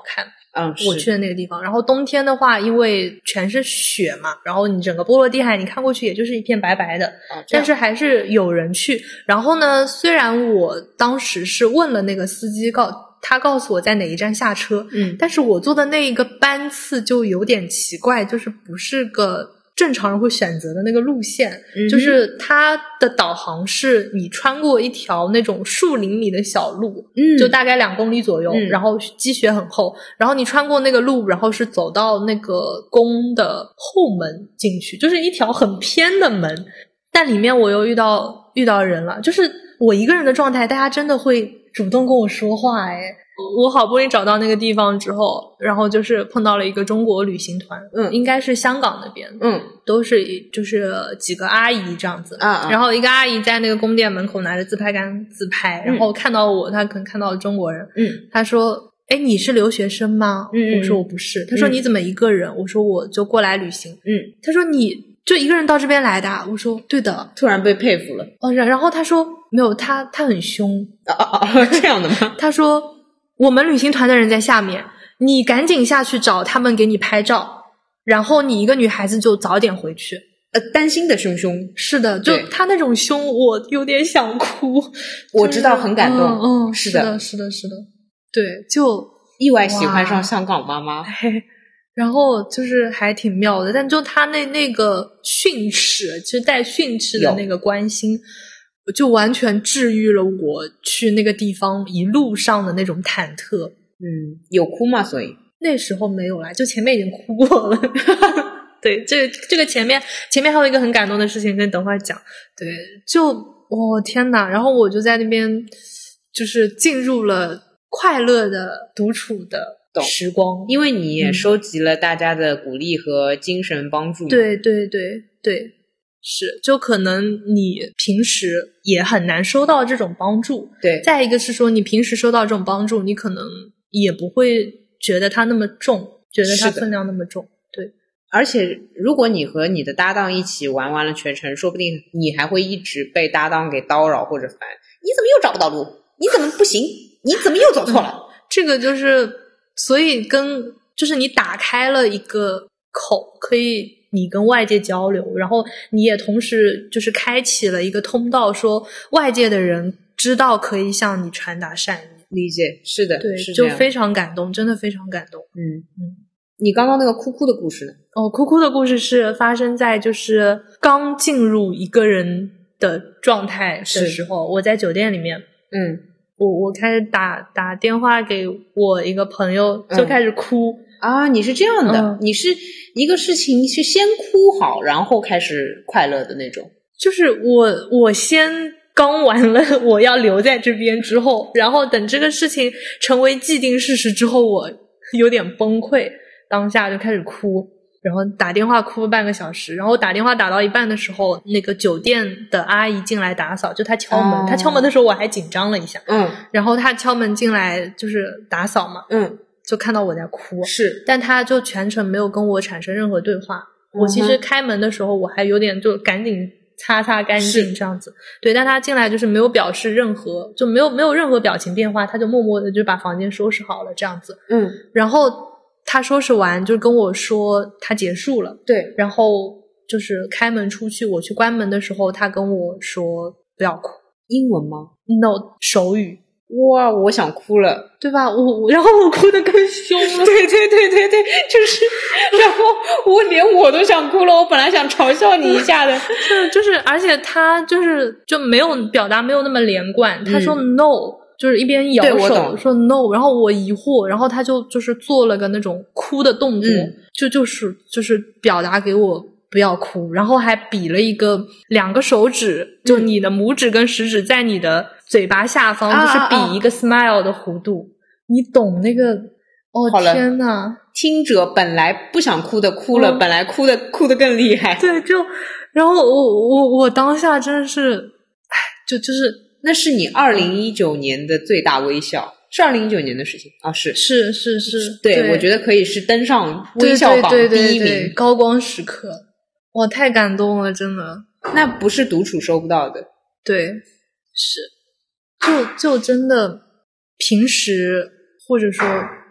嗯， 我去的那个地方。然后冬天的话，因为全是雪嘛，然后你整个波罗的海你看过去也就是一片白白的， 哦， 但是还是有人去。然后呢，虽然我当时是问了那个司机告他告诉我在哪一站下车， 嗯， 但是我坐的那一个班次就有点奇怪，就是不是个正常人会选择的那个路线， 嗯、 就是它的导航是你穿过一条那种树林里的小路， 嗯， 就大概两公里左右， 嗯、 然后积雪很厚，然后你穿过那个路，然后是走到那个宫的后门进去，就是一条很偏的门，但里面我又遇到遇到人了，就是我一个人的状态，大家真的会主动跟我说话诶。我好不容易找到那个地方之后，然后就是碰到了一个中国旅行团， 嗯， 应该是香港那边， 嗯， 都是就是几个阿姨这样子， 啊啊， 然后一个阿姨在那个宫殿门口拿着自拍杆自拍，然后看到我，她可能看到了中国人， 嗯， 她说：“哎，你是留学生吗？” 嗯， 我说我不是。她说：“你怎么一个人？”我说我就过来旅行。 嗯， 她说你就一个人到这边来的？我说对的。 突然被佩服了。 哦，然然后她说没有，她她很凶。 啊啊啊！这样的吗？ 她说。我们旅行团的人在下面，你赶紧下去找他们给你拍照，然后你一个女孩子就早点回去。 呃，担心的凶凶。 是的，就他那种凶，我有点想哭。 我知道，很感动。 嗯，嗯是的，是的，是的。对，就意外喜欢上香港妈妈。 然后就是还挺妙的，但就他那那个训斥，其实带训斥的那个关心。就完全治愈了我去那个地方一路上的那种忐忑。 嗯，有哭吗？所以那时候没有啦，就前面已经哭过了。对，这这个前面前面还有一个很感动的事情跟等会儿讲。对，就哦天哪，然后我就在那边就是进入了快乐的独处的时光， 因为你也收集了大家的鼓励和精神帮助。 对对对对。是，就可能你平时也很难收到这种帮助。 对， 再一个是说，你平时收到这种帮助，你可能也不会觉得它那么重，觉得它分量那么重。对， 而且如果你和你的搭档一起玩完了全程，说不定你还会一直被搭档给叨扰或者烦。你怎么又找不到路？你怎么不行？你怎么又走错了？ 嗯、这个就是，所以跟就是你打开了一个口，可以。你跟外界交流，然后你也同时就是开启了一个通道，说外界的人知道可以向你传达善意。 理解，是的， 对， 是就非常感动，真的非常感动。 嗯嗯，你刚刚那个哭哭的故事呢？ 哦，哭哭的故事是发生在就是刚进入一个人的状态的时候，我在酒店里面， 嗯， 我我开始打打电话给我一个朋友，就开始哭。 嗯啊，你是这样的、嗯，你是一个事情是先哭好，然后开始快乐的那种。 就是我，我先刚完了我要留在这边之后，然后等这个事情成为既定事实之后，我有点崩溃，当下就开始哭，然后打电话哭了半个小时，然后打电话打到一半的时候，那个酒店的阿姨进来打扫，就她敲门，她、哦、敲门的时候我还紧张了一下， 嗯， 然后她敲门进来就是打扫嘛， 嗯。 就看到我在哭， 是， 但他就全程没有跟我产生任何对话。嗯、我其实开门的时候，我还有点就赶紧擦擦干净这样子。对，但他进来就是没有表示任何，就没有没有任何表情变化，他就默默的就把房间收拾好了这样子。 嗯， 然后他收拾完就跟我说他结束了。 对， 然后就是开门出去，我去关门的时候，他跟我说不要哭。 英文吗 ？No， 手语。 哇，我想哭了， 对吧？我然后我哭得更凶了。 对对对对对，就是，然后我连我都想哭了。我本来想嘲笑你一下的， 是就是，而且他就是就没有表达没有那么连贯。他说 no，、嗯、就是一边摇手说 no， 然后我疑惑，然后他就就是做了个那种哭的动作， 嗯、 就就是就是表达给我。不要哭，然后还比了一个两个手指，就你的拇指跟食指在你的嘴巴下方， 啊、 就是比一个 smile 的弧度，啊、你懂那个？哦，天哪！ 听者本来不想哭的哭了，哦、本来哭的哭得更厉害。 对，就然后我我我当下真的是，哎，就就是那是你二零一九年的最大微笑。是二零一九年的事情啊，是是是是， 对，对我觉得可以是登上微笑榜第一名， 对对对对对高光时刻。哇，太感动了，真的。 那不是独处收不到的。 对，是，就就真的平时或者说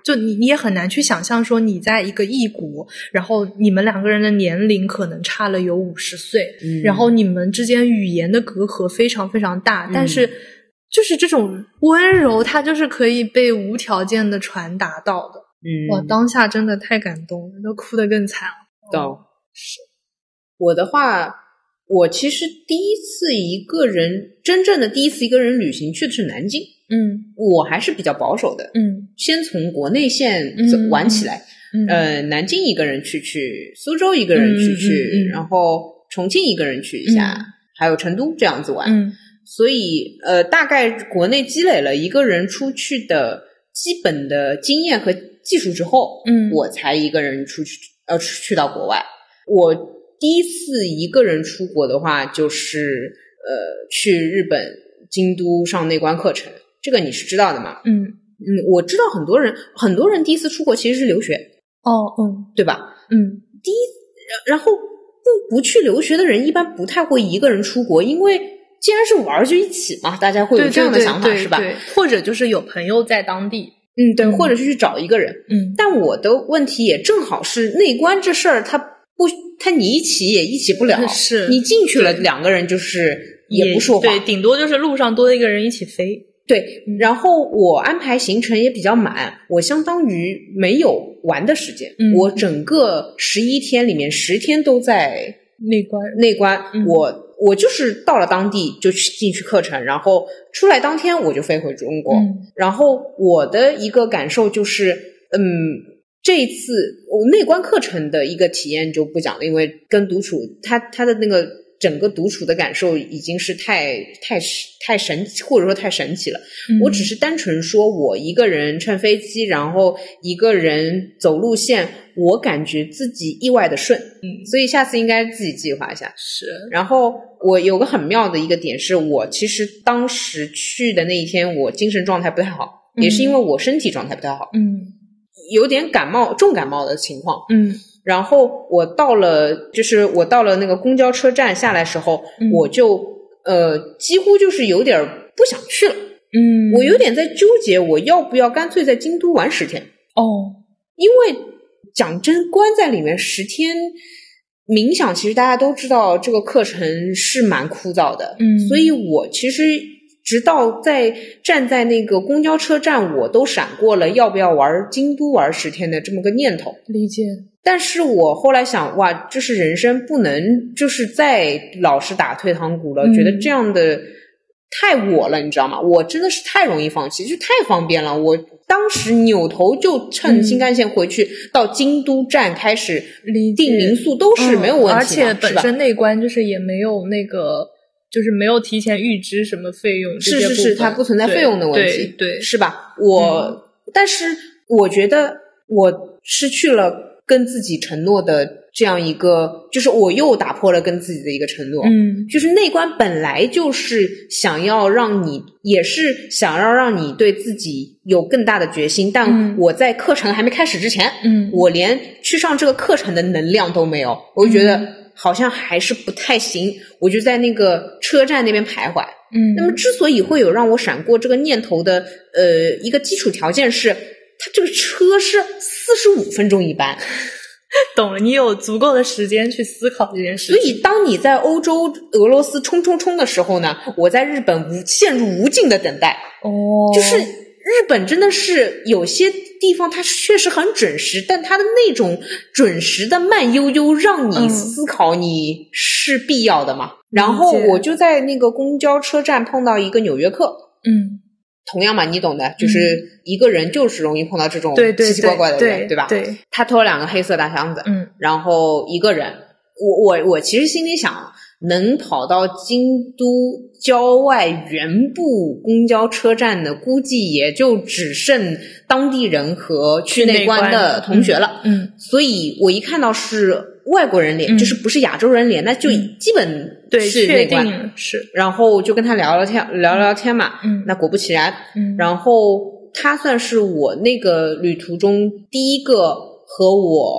就你你也很难去想象说你在一个异国，然后你们两个人的年龄可能差了有五十岁、嗯、然后你们之间语言的隔阂非常非常大、嗯、但是就是这种温柔它就是可以被无条件的传达到的。嗯，哇，当下真的太感动了，都哭得更惨了。 懂，是。我的话，我其实第一次一个人真正的第一次一个人旅行去的是南京。 嗯， 我还是比较保守的。嗯，先从国内线走玩起来。嗯，呃，南京一个人去去，苏州一个人去去、嗯嗯嗯，然后重庆一个人去一下、嗯，还有成都这样子玩。嗯，所以呃，大概国内积累了一个人出去的基本的经验和技术之后，嗯，我才一个人出去呃去到国外。我第一次一个人出国的话，就是呃去日本京都上内观课程，这个你是知道的吗？嗯嗯，我知道很多人很多人第一次出国其实是留学。 哦，嗯， 对吧？ 嗯， 第一，然后不不去留学的人一般不太会一个人出国，因为既然是玩就一起嘛，大家会有这样的想法， 对对对对是吧？ 对，或者就是有朋友在当地。 嗯，对，或者是去找一个人。嗯，但我的问题也正好是内观这事儿，它不，它你一起也一起不了。 是， 你进去了，两个人就是也不说话， 对，顶多就是路上多一个人一起飞。 对，然后我安排行程也比较满，我相当于没有玩的时间。嗯，我整个十一天里面十天都在内观， 内观。嗯，我。我就是到了当地就去进去课程，然后出来当天我就飞回中国。嗯，然后我的一个感受就是，嗯，这一次我内观课程的一个体验就不讲了，因为跟独处，他他的那个整个独处的感受已经是太太太神奇，或者说太神奇了。嗯，我只是单纯说我一个人乘飞机，然后一个人走路线，我感觉自己意外的顺。嗯，所以下次应该自己计划一下。 是， 然后我有个很妙的一个点是，我其实当时去的那一天我精神状态不太好，嗯，也是因为我身体状态不太好。嗯，有点感冒，重感冒的情况。嗯，然后我到了就是我到了那个公交车站下来时候，嗯，我就呃几乎就是有点不想去了。嗯，我有点在纠结我要不要干脆在京都玩十天。 哦， 因为讲真，关在里面十天冥想，其实大家都知道这个课程是蛮枯燥的。嗯，所以我其实直到在站在那个公交车站，我都闪过了要不要玩京都玩十天的这么个念头。 理解。 但是我后来想，哇，这是人生，不能就是再老是打退堂鼓了。嗯，觉得这样的太我了，你知道吗？我真的是太容易放弃，就太方便了。我当时扭头就乘新干线回去，嗯，到京都站开始订民宿都是没有问题的，嗯， 而且本身内观就是也没有那个，就是没有提前预支什么费用， 是是是，它不存在费用的问题， 对 对, 对， 是吧？我，嗯，但是我觉得我失去了跟自己承诺的这样一个，就是我又打破了跟自己的一个承诺。嗯，就是内观本来就是想要让你，也是想要让你对自己有更大的决心，但我在课程还没开始之前，嗯，我连去上这个课程的能量都没有，我就觉得好像还是不太行，我就在那个车站那边徘徊。嗯，那么之所以会有让我闪过这个念头的呃一个基础条件是，它这个车是四十五分钟一班。 懂了，你有足够的时间去思考这件事情。 所以当你在欧洲俄罗斯冲冲冲的时候呢，我在日本无陷入无尽的等待。 哦， 就是日本真的是有些地方它确实很准时，但它的那种准时的慢悠悠让你思考你是必要的嘛。嗯，然后我就在那个公交车站碰到一个纽约客。 嗯， 同样嘛，你懂的，就是一个人就是容易碰到这种奇奇怪怪的人， 对, 对, 对, 对吧？ 对， 他拖了两个黑色大箱子， 嗯， 然后一个人，我我我其实心里想，能跑到京都郊外原部公交车站的，估计也就只剩当地人和去内观的同学了。 嗯，嗯， 所以我一看到是外国人脸，嗯，就是不是亚洲人脸，那就基本是内观， 对，确定是。 然后就跟他聊聊天，聊聊天嘛。嗯，那果不其然，嗯，然后他算是我那个旅途中第一个和我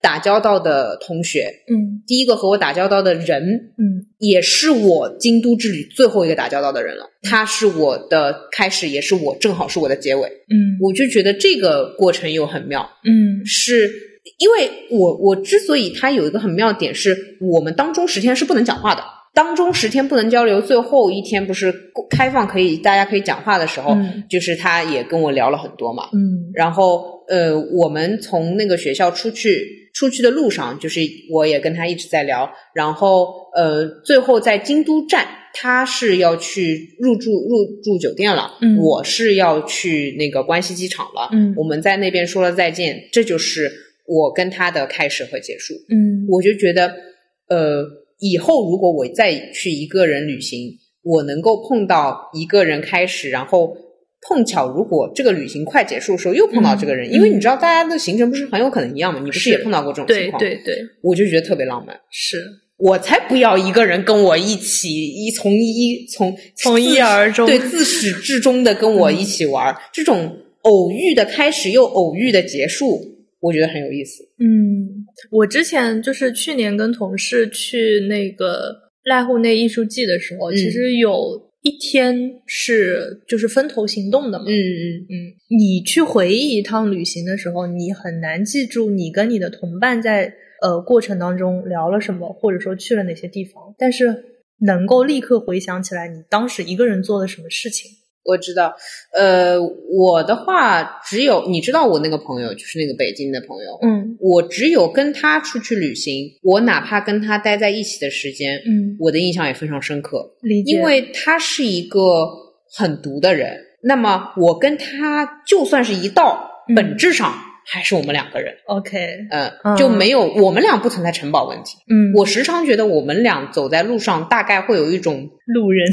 打交道的同学， 嗯， 第一个和我打交道的人， 嗯， 也是我京都之旅最后一个打交道的人了。他是我的开始，也是我正好是我的结尾。 嗯， 我就觉得这个过程又很妙。 嗯， 是因为我我之所以它有一个很妙的点，是我们当中十天是不能讲话的。当中十天不能交流，最后一天不是开放可以大家可以讲话的时候， 嗯， 就是他也跟我聊了很多嘛。 嗯， 然后呃，我们从那个学校出去出去的路上，就是我也跟他一直在聊。然后呃，最后在京都站，他是要去入住入住酒店了， 嗯， 我是要去那个关西机场了。 嗯， 我们在那边说了再见，这就是我跟他的开始和结束。 嗯， 我就觉得呃。以后如果我再去一个人旅行，我能够碰到一个人开始，然后碰巧如果这个旅行快结束的时候又碰到这个人， 嗯， 因为你知道大家的行程不是很有可能一样吗？你不是也碰到过这种情况？ 对对对， 我就觉得特别浪漫。 是我才不要一个人跟我一起一从一从从一而终， 对，自始至终的跟我一起玩，嗯，这种偶遇的开始又偶遇的结束，我觉得很有意思。 嗯，我之前就是去年跟同事去那个濑户内艺术季的时候，嗯，其实有一天是就是分头行动的嘛。 嗯嗯嗯， 你去回忆一趟旅行的时候，你很难记住你跟你的同伴在呃过程当中聊了什么，或者说去了哪些地方，但是能够立刻回想起来你当时一个人做了什么事情。 我知道，呃，我的话只有你知道我那个朋友，就是那个北京的朋友， 嗯， 我只有跟他出去旅行，我哪怕跟他待在一起的时间， 嗯， 我的印象也非常深刻， 理解， 因为他是一个很独的人，那么我跟他就算是一道， 嗯， 本质上还是我们两个人。 OK， 呃、嗯，就没有我们俩不存在城堡问题。 嗯， 我时常觉得我们俩走在路上，大概会有一种路人。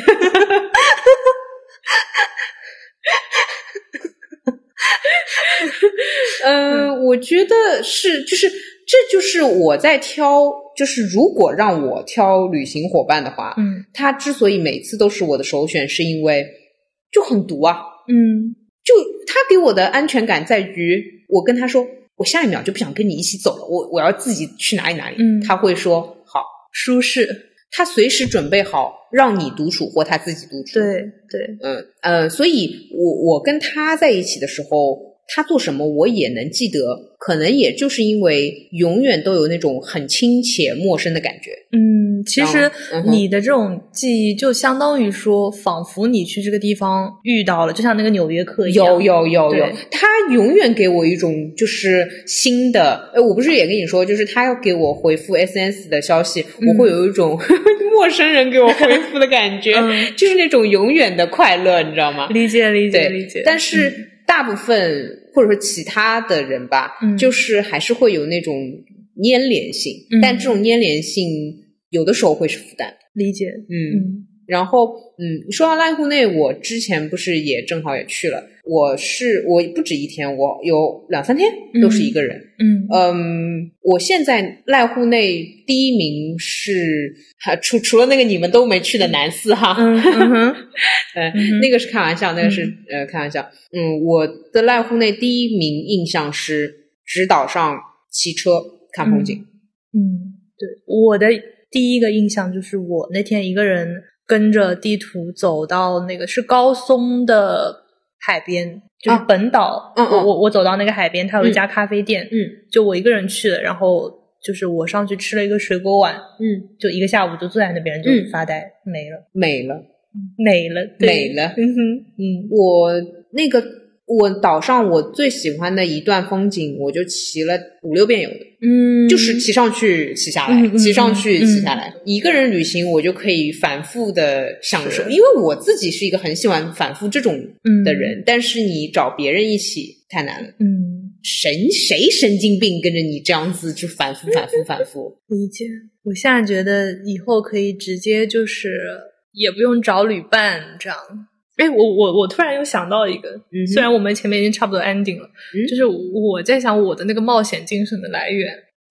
呃，我觉得是，就是这就是我在挑，就是如果让我挑旅行伙伴的话， 嗯， 他之所以每次都是我的首选，是因为就很独啊， 嗯， 就他给我的安全感在于，我跟他说，我下一秒就不想跟你一起走了，我我要自己去哪里哪里， 嗯， 他会说好， 舒适。 他随时准备好让你独处或他自己独处。 对对， 嗯呃，所以我我跟他在一起的时候，他做什么我也能记得，可能也就是因为永远都有那种很亲且陌生的感觉。 嗯，其实你的这种记忆就相当于说，仿佛你去这个地方遇到了，就像那个纽约客一样。 有有有有，他永远给我一种就是新的，呃，我不是也跟你说，就是他要给我回复 S N S 的消息，嗯，我会有一种陌生人给我回复的感觉，嗯，就是那种永远的快乐，你知道吗？ 理解理解理解。 但是，嗯，大部分或者说其他的人吧，嗯，就是还是会有那种粘连性，嗯，但这种粘连性有的时候会是负担。 理解， 嗯。嗯然后，嗯，说到濑户内，我之前不是也正好也去了。我是我不止一天，我有两三天都是一个人。 嗯嗯, 嗯，我现在濑户内第一名是，还除除了那个你们都没去的南寺哈， 嗯嗯呃，那个是开玩笑，那个是、嗯、呃开玩笑。嗯，我的濑户内第一名印象是直岛上骑车看风景。 嗯，嗯对，我的第一个印象就是我那天一个人。跟着地图走到那个是高松的海边，就是本岛。 嗯、 我我我走到那个海边，它有一家咖啡店。 嗯， 就我一个人去的，然后就是我上去吃了一个水果碗。 嗯， 就一个下午就坐在那边就发呆，嗯、没了， 没了， 没了， 没了。 嗯哼，嗯， 我那个我岛上我最喜欢的一段风景，我就骑了五六遍有的。 嗯， 就是骑上去骑下来、嗯、骑上去骑下来、嗯、一个人旅行我就可以反复的享受，因为我自己是一个很喜欢反复这种的人、嗯、但是你找别人一起太难了。 嗯， 神谁神经病跟着你这样子就反复反复反复理解。我现在觉得以后可以直接就是也不用找旅伴这样。哎，我我我突然又想到一个、嗯、虽然我们前面已经差不多 ending 了、嗯、就是我在想我的那个冒险精神的来源，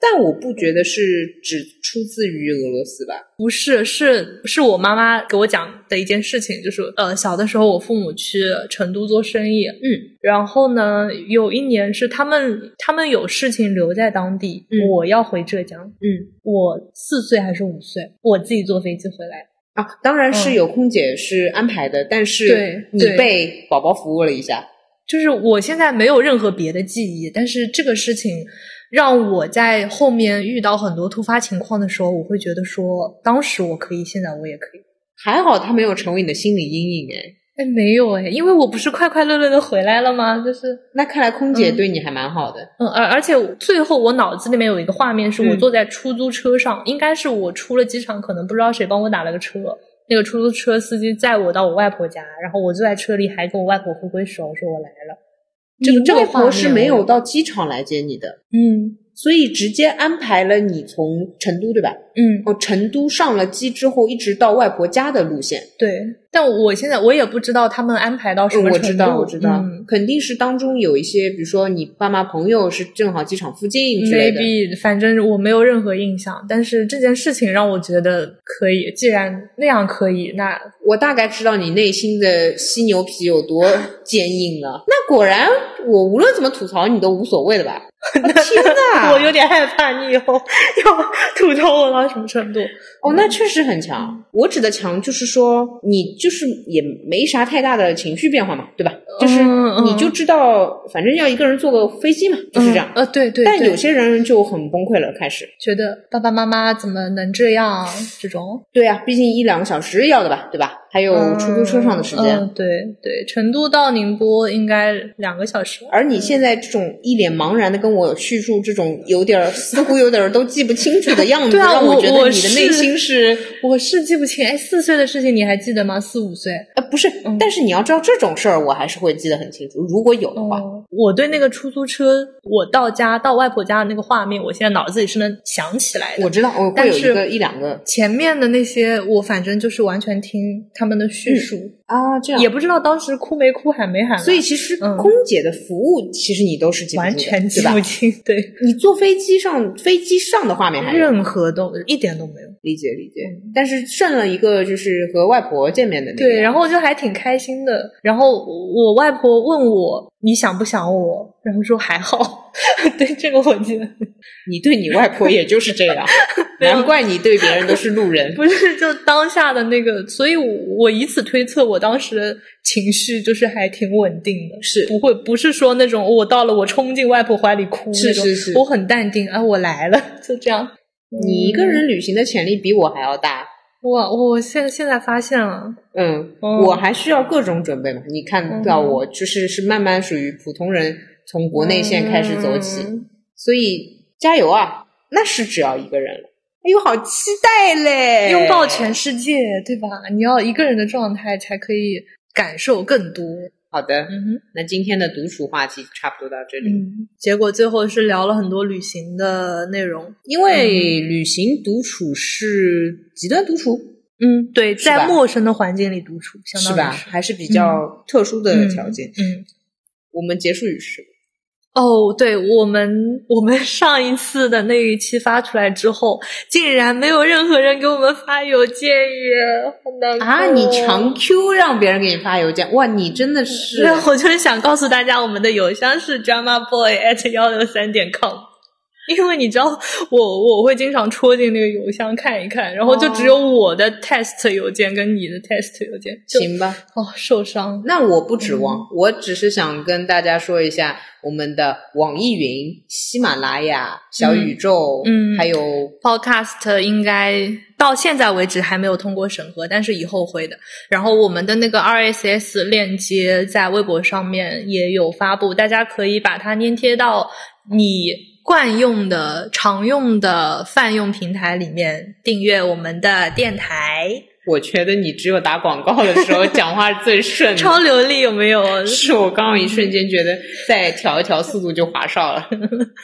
但我不觉得是只出自于俄罗斯吧？ 不是，是是我妈妈给我讲的一件事情，就是呃，小的时候我父母去成都做生意， 嗯， 然后呢，有一年是他们他们有事情留在当地， 嗯， 我要回浙江， 嗯， 我四岁还是五岁，我自己坐飞机回来。 啊，当然是有空姐是安排的，嗯，但是你被宝宝服务了一下。 就是我现在没有任何别的记忆，但是这个事情让我在后面遇到很多突发情况的时候，我会觉得说当时我可以，现在我也可以。 还好它没有成为你的心理阴影。诶哎，没有诶，因为我不是快快乐乐的回来了吗？就是那看来空姐对你还蛮好的。 嗯，而而且最后我脑子里面有一个画面，是我坐在出租车上，嗯，应该是我出了机场，可能不知道谁帮我打了个车，那个出租车司机载我到我外婆家，然后我坐在车里还跟我外婆挥挥手说我来了。这个这个外婆是没有到机场来接你的。 嗯， 所以直接安排了你从成都，对吧？ 嗯， 哦，成都上了机之后一直到外婆家的路线。 对，但我现在我也不知道他们安排到什么程度。 嗯，我知道我知道， 嗯， 肯定是当中有一些比如说你爸妈朋友是正好机场附近之类的。 maybe 反正我没有任何印象，但是这件事情让我觉得可以，既然那样可以，那我大概知道你内心的犀牛皮有多坚硬了。那果然我无论怎么吐槽你都无所谓的吧？天哪我有点害怕你以后要吐槽我到什么程度。 哦，那确实很强。我指的强就是说你就是也没啥太大的情绪变化嘛，对吧？就是你就知道反正要一个人坐个飞机嘛，就是这样。 嗯、呃对对对。 但有些人就很崩溃了，开始觉得爸爸妈妈怎么能这样，这种。 对啊，毕竟一两个小时要的吧，对吧？还有出租车上的时间。 嗯，嗯对对，成都到宁波应该两个小时。 而你现在这种一脸茫然的跟我叙述这种有点似乎有点都记不清楚的样子， 对啊， 让我觉得你的内心是我是记不清。哎，四岁的事情你还记得吗？四五岁？ 呃，不是、嗯，但是你要知道这种事儿，我还是会记得很清楚。如果有的话、 哦，我对那个出租车，我到家到外婆家的那个画面，我现在脑子里是能想起来的。 我知道，我会有一个一两个。 前面的那些，我反正就是完全听他们的叙述、 嗯、啊，这样也不知道当时哭没哭，喊没喊。 所以其实空姐的服务，嗯、其实你都是记不清的， 完全记不清。对， 你坐飞机上，飞机上的画面还有任何都一点都没有。 理解理解，但是剩了一个就是和外婆见面的那个。 对，然后就还挺开心的。然后我外婆问我你想不想我，然后说还好。对，这个我记得。 你对你外婆也就是这样。难怪你对别人都是路人。 不是，就当下的那个，所以我我以此推测我当时的情绪就是还挺稳定的， 是不会不是说那种我到了我冲进外婆怀里哭是是是， 我很淡定啊，我来了，就这样。 你一个人旅行的潜力比我还要大。 哇，我现在现在发现了。 嗯，嗯我还需要各种准备嘛。你看到我就是是慢慢属于普通人从国内线开始走起、嗯、所以加油啊，那是只要一个人了。哎呦好期待嘞， 拥抱全世界，对吧？你要一个人的状态才可以感受更多。 好的， 嗯哼， 那今天的独处话题差不多到这里。 嗯，结果最后是聊了很多旅行的内容， 因为旅行独处是极端独处。 嗯，对，在陌生的环境里独处，相当于是吧？还是比较特殊的条件。 嗯，嗯我们结束语是哦，对，我们我们上一次的那一期发出来之后，竟然没有任何人给我们发邮件耶，好难过啊！你强 Q 让别人给你发邮件，哇，你真的是…… 我就是想告诉大家，我们的邮箱是 drama boy at 一六三点 com。因为你知道我我会经常戳进那个邮箱看一看，然后就只有我的 test 邮件跟你的 test 邮件。 行吧。 哦，受伤。 那我不指望、嗯、我只是想跟大家说一下我们的网易云、喜马拉雅、小宇宙， 嗯， 还有 podcast 应该到现在为止还没有通过审核，但是以后会的。然后我们的那个 R S S 链接在微博上面也有发布，大家可以把它粘贴到你惯用的常用的泛用平台里面订阅我们的电台。 我觉得你只有打广告的时候讲话最顺超流利有没有？ 是我刚刚一瞬间觉得再调一调速度就滑哨了。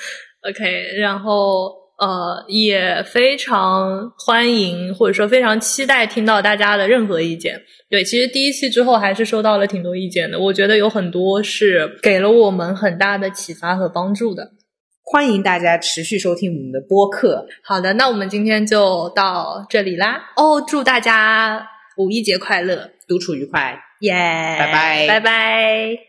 OK， 然后呃也非常欢迎或者说非常期待听到大家的任何意见。对，其实第一期之后还是收到了挺多意见的，我觉得有很多是给了我们很大的启发和帮助的。 欢迎大家持续收听我们的播客。 好的，那我们今天就到这里啦。哦，祝大家五一节快乐， 独处愉快， 耶、 yeah, 拜拜， 拜拜。